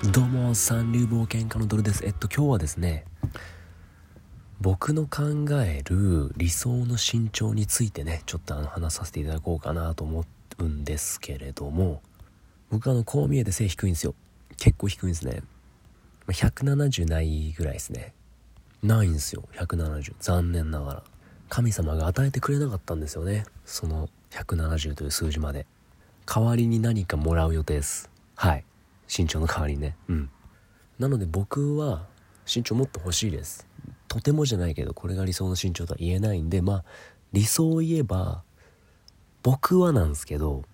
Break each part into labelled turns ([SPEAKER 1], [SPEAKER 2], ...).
[SPEAKER 1] どうも三流冒険家のドルです。今日はですね、僕の考える理想の身長についてね、ちょっと話させていただこうかなと思うんですけれども、僕こう見えて背低いんですよ。結構低いんですね。170ないぐらいですね。ないんですよ、170。残念ながら神様が与えてくれなかったんですよね、その170という数字まで。代わりに何かもらう予定です。はい、身長の代わりにね。なので僕は身長もっと欲しいです。とてもじゃないけどこれが理想の身長とは言えないんで、理想を言えば僕はなんですけど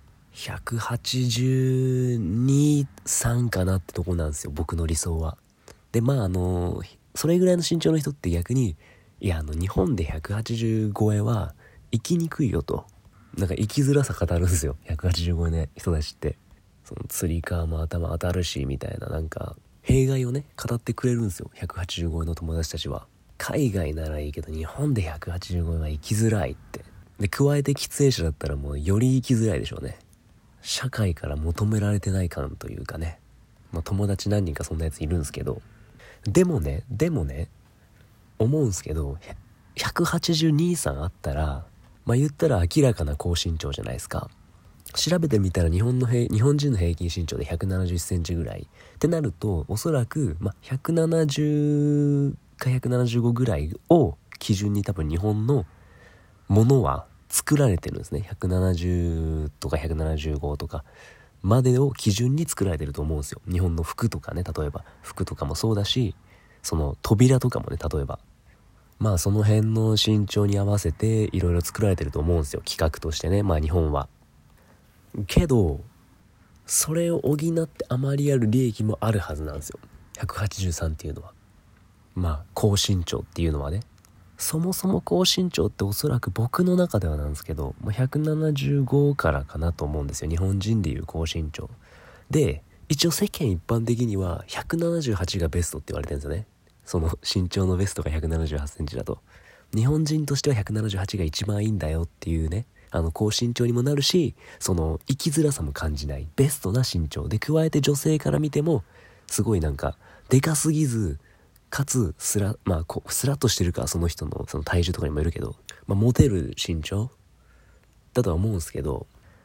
[SPEAKER 1] 182、3かなってとこなんですよ、僕の理想は。でそれぐらいの身長の人って逆に日本で180超えは生きにくいよと、なんか生きづらさ語るんですよ、180超えの人たちって。そのつり革も頭当たるしみたいな、なんか弊害をね語ってくれるんですよ、180超えの友達たちは。海外ならいいけど日本で180超えは生きづらいって。で加えて喫煙者だったらもうより生きづらいでしょうね。社会から求められてない感というかね。友達何人かそんなやついるんですけど、でもね思うんですけど、182、3あったら言ったら明らかな高身長じゃないですか。調べてみたら日本人の平均身長で170センチぐらいってなると、おそらく、170か175ぐらいを基準に多分日本のものは作られてるんですね。170とか175とかまでを基準に作られてると思うんですよ。日本の服とかね、例えば服とかもそうだし、その扉とかもね、例えばその辺の身長に合わせていろいろ作られてると思うんですよ、企画としてね。日本はけどそれを補ってあまりある利益もあるはずなんですよ、183っていうのは。高身長っていうのはね、そもそも高身長っておそらく僕の中ではなんですけど、175からかなと思うんですよ、日本人でいう高身長で。一応世間一般的には178がベストって言われてるんですよね。その身長のベストが178センチだと、日本人としては178が一番いいんだよっていうね、高身長にもなるし、その生きづらさも感じないベストな身長で、加えて女性から見てもすごいなんかでかすぎず、かつスラッとしてるか、その人のその体重とかにもよるけど、モテる身長だとは思うんですけど、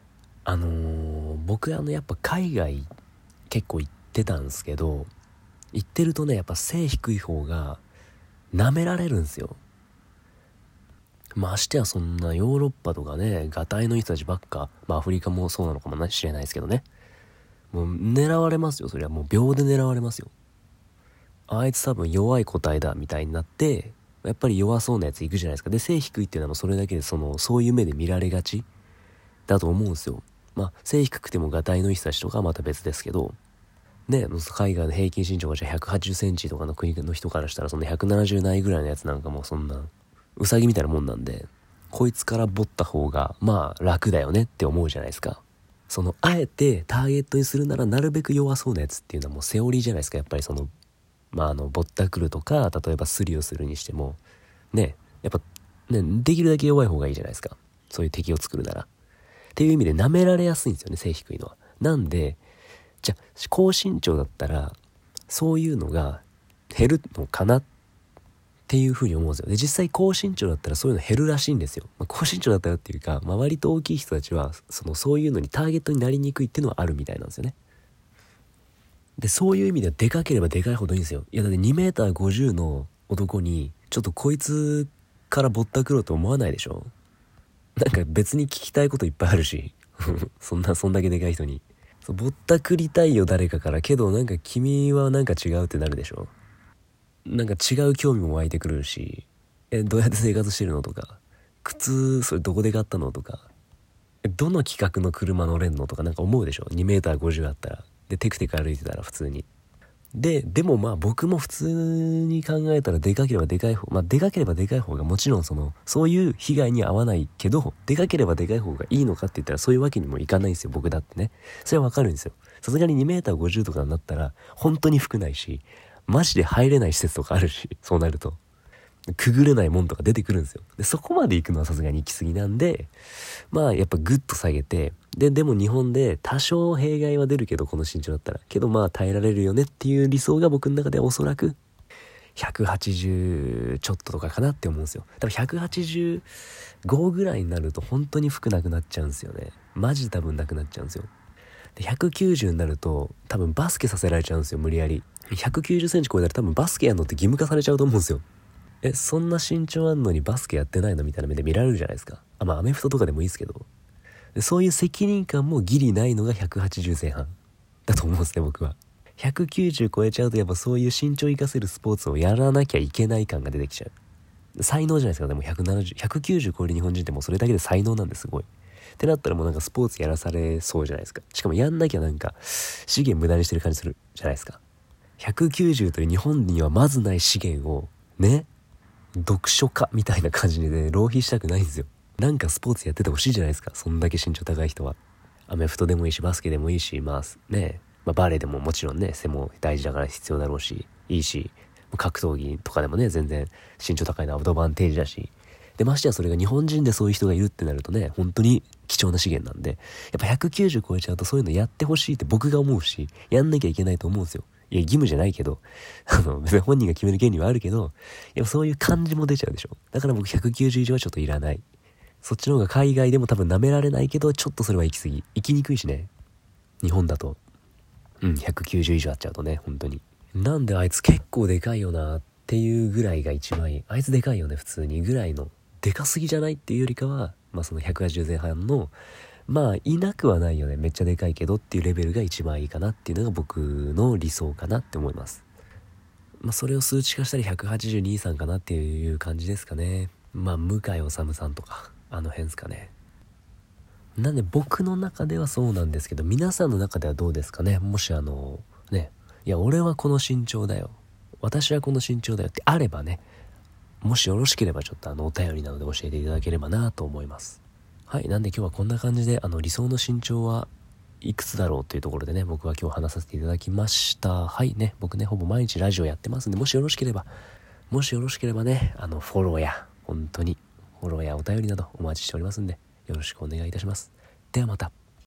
[SPEAKER 1] 僕やっぱ海外結構行ってたんですけど、行ってるとね、やっぱ背低い方が舐められるんですよ。ましてやそんなヨーロッパとかね、ガタイのいい人たちばっか、アフリカもそうなのかもしれないですけどね、もう狙われますよ。それはもう秒で狙われますよ。あいつ多分弱い個体だみたいになって、やっぱり弱そうなやついくじゃないですか。で背低いっていうのはもうそれだけでそういう目で見られがちだと思うんですよ。背低くてもガタイのいい人たちとかはまた別ですけどね、海外の平均身長がじゃあ180センチとかの国の人からしたら、その170ないぐらいのやつなんかもうそんなウサギみたいなもんなんで、こいつからボった方が楽だよねって思うじゃないですか。あえてターゲットにするならなるべく弱そうなやつっていうのはもうセオリーじゃないですか。やっぱりぼったくるとか、例えばスリをするにしてもね、やっぱね、できるだけ弱い方がいいじゃないですか、そういう敵を作るなら。っていう意味で舐められやすいんですよね、背低いのは。なんでじゃあ高身長だったらそういうのが減るのかなっていうふうに思うんですよ。で実際高身長だったらそういうの減るらしいんですよ。高身長だったらっていうか、割と大きい人たちはそういうのにターゲットになりにくいっていうのはあるみたいなんですよね。でそういう意味ではでかければでかいほどいいんですよ。いやだって2m50の男にちょっとこいつからぼったくろうと思わないでしょ。なんか別に聞きたいこといっぱいあるしそんだけでかい人にぼったくりたいよ誰かから、けどなんか君はなんか違うってなるでしょ。なんか違う興味も湧いてくるし、どうやって生活してるのとか、靴それどこで買ったのとか、どの規格の車乗れんのとかなんか思うでしょ。 2m50 あったら、でテクテク歩いてたら普通に。でも僕も普通に考えたらでかければでかい方、でかければでかい方がもちろんそういう被害には合わないけど、でかければでかい方がいいのかって言ったらそういうわけにもいかないんですよ、僕だってね。それはわかるんですよ。さすがに 2m50 とかになったら本当に服ないし、マジで入れない施設とかあるし、そうなるとくぐれないもんとか出てくるんですよ。でそこまで行くのはさすがに行き過ぎなんで、やっぱグッと下げてでも日本で多少弊害は出るけど、この身長だったらけどまあ耐えられるよねっていう理想が僕の中ではおそらく180ちょっととかかなって思うんですよ。多分185ぐらいになると本当に服なくなっちゃうんですよね。マジで多分なくなっちゃうんですよ。で190になると多分バスケさせられちゃうんですよ、無理やり。190センチ超えたら多分バスケやんのって義務化されちゃうと思うんですよ。そんな身長あんのにバスケやってないのみたいな目で見られるじゃないですか。まあアメフトとかでもいいですけど、でそういう責任感もギリないのが180前半だと思うんですね、僕は。190超えちゃうとやっぱそういう身長を生かせるスポーツをやらなきゃいけない感が出てきちゃう。才能じゃないですか。でも190超える日本人ってもうそれだけで才能なんですごい。ってなったらもうなんかスポーツやらされそうじゃないですか。しかもやんなきゃなんか資源無駄にしてる感じするじゃないですか。190という日本にはまずない資源をね、読書家みたいな感じでね、浪費したくないんですよ。なんかスポーツやっててほしいじゃないですか、そんだけ身長高い人は。アメフトでもいいし、バスケでもいいし、バレーでももちろんね、背も大事だから必要だろうし、いいし、格闘技とかでもね、全然身長高いのはアドバンテージだし、でましてやそれが日本人でそういう人がいるってなるとね、本当に貴重な資源なんで、やっぱ190超えちゃうとそういうのやってほしいって僕が思うし、やんなきゃいけないと思うんですよ。いや義務じゃないけど、別に本人が決める権利はあるけど、やっぱそういう感じも出ちゃうでしょ。だから僕190以上はちょっといらない。そっちの方が海外でも多分舐められないけど、ちょっとそれは行き過ぎ、行きにくいしね、日本だと。190以上あっちゃうとね、本当に。なんであいつ結構でかいよなっていうぐらいが一番いい。あいつでかいよね普通にぐらいの、でかすぎじゃないっていうよりかは、その180前半のいなくはないよね、めっちゃでかいけどっていうレベルが一番いいかなっていうのが僕の理想かなって思います。それを数値化したら182、3かなっていう感じですかね。向井理さんとかあの辺ですかね。なんで僕の中ではそうなんですけど、皆さんの中ではどうですかね。もしいや俺はこの身長だよ、私はこの身長だよってあればね、もしよろしければちょっとお便りなどで教えていただければなと思います。はい、なんで今日はこんな感じで理想の身長はいくつだろうというところでね、僕は今日話させていただきました。はいね、僕ねほぼ毎日ラジオやってますんで、もしよろしければね、フォローやお便りなどお待ちしておりますんで、よろしくお願いいたします。ではまた。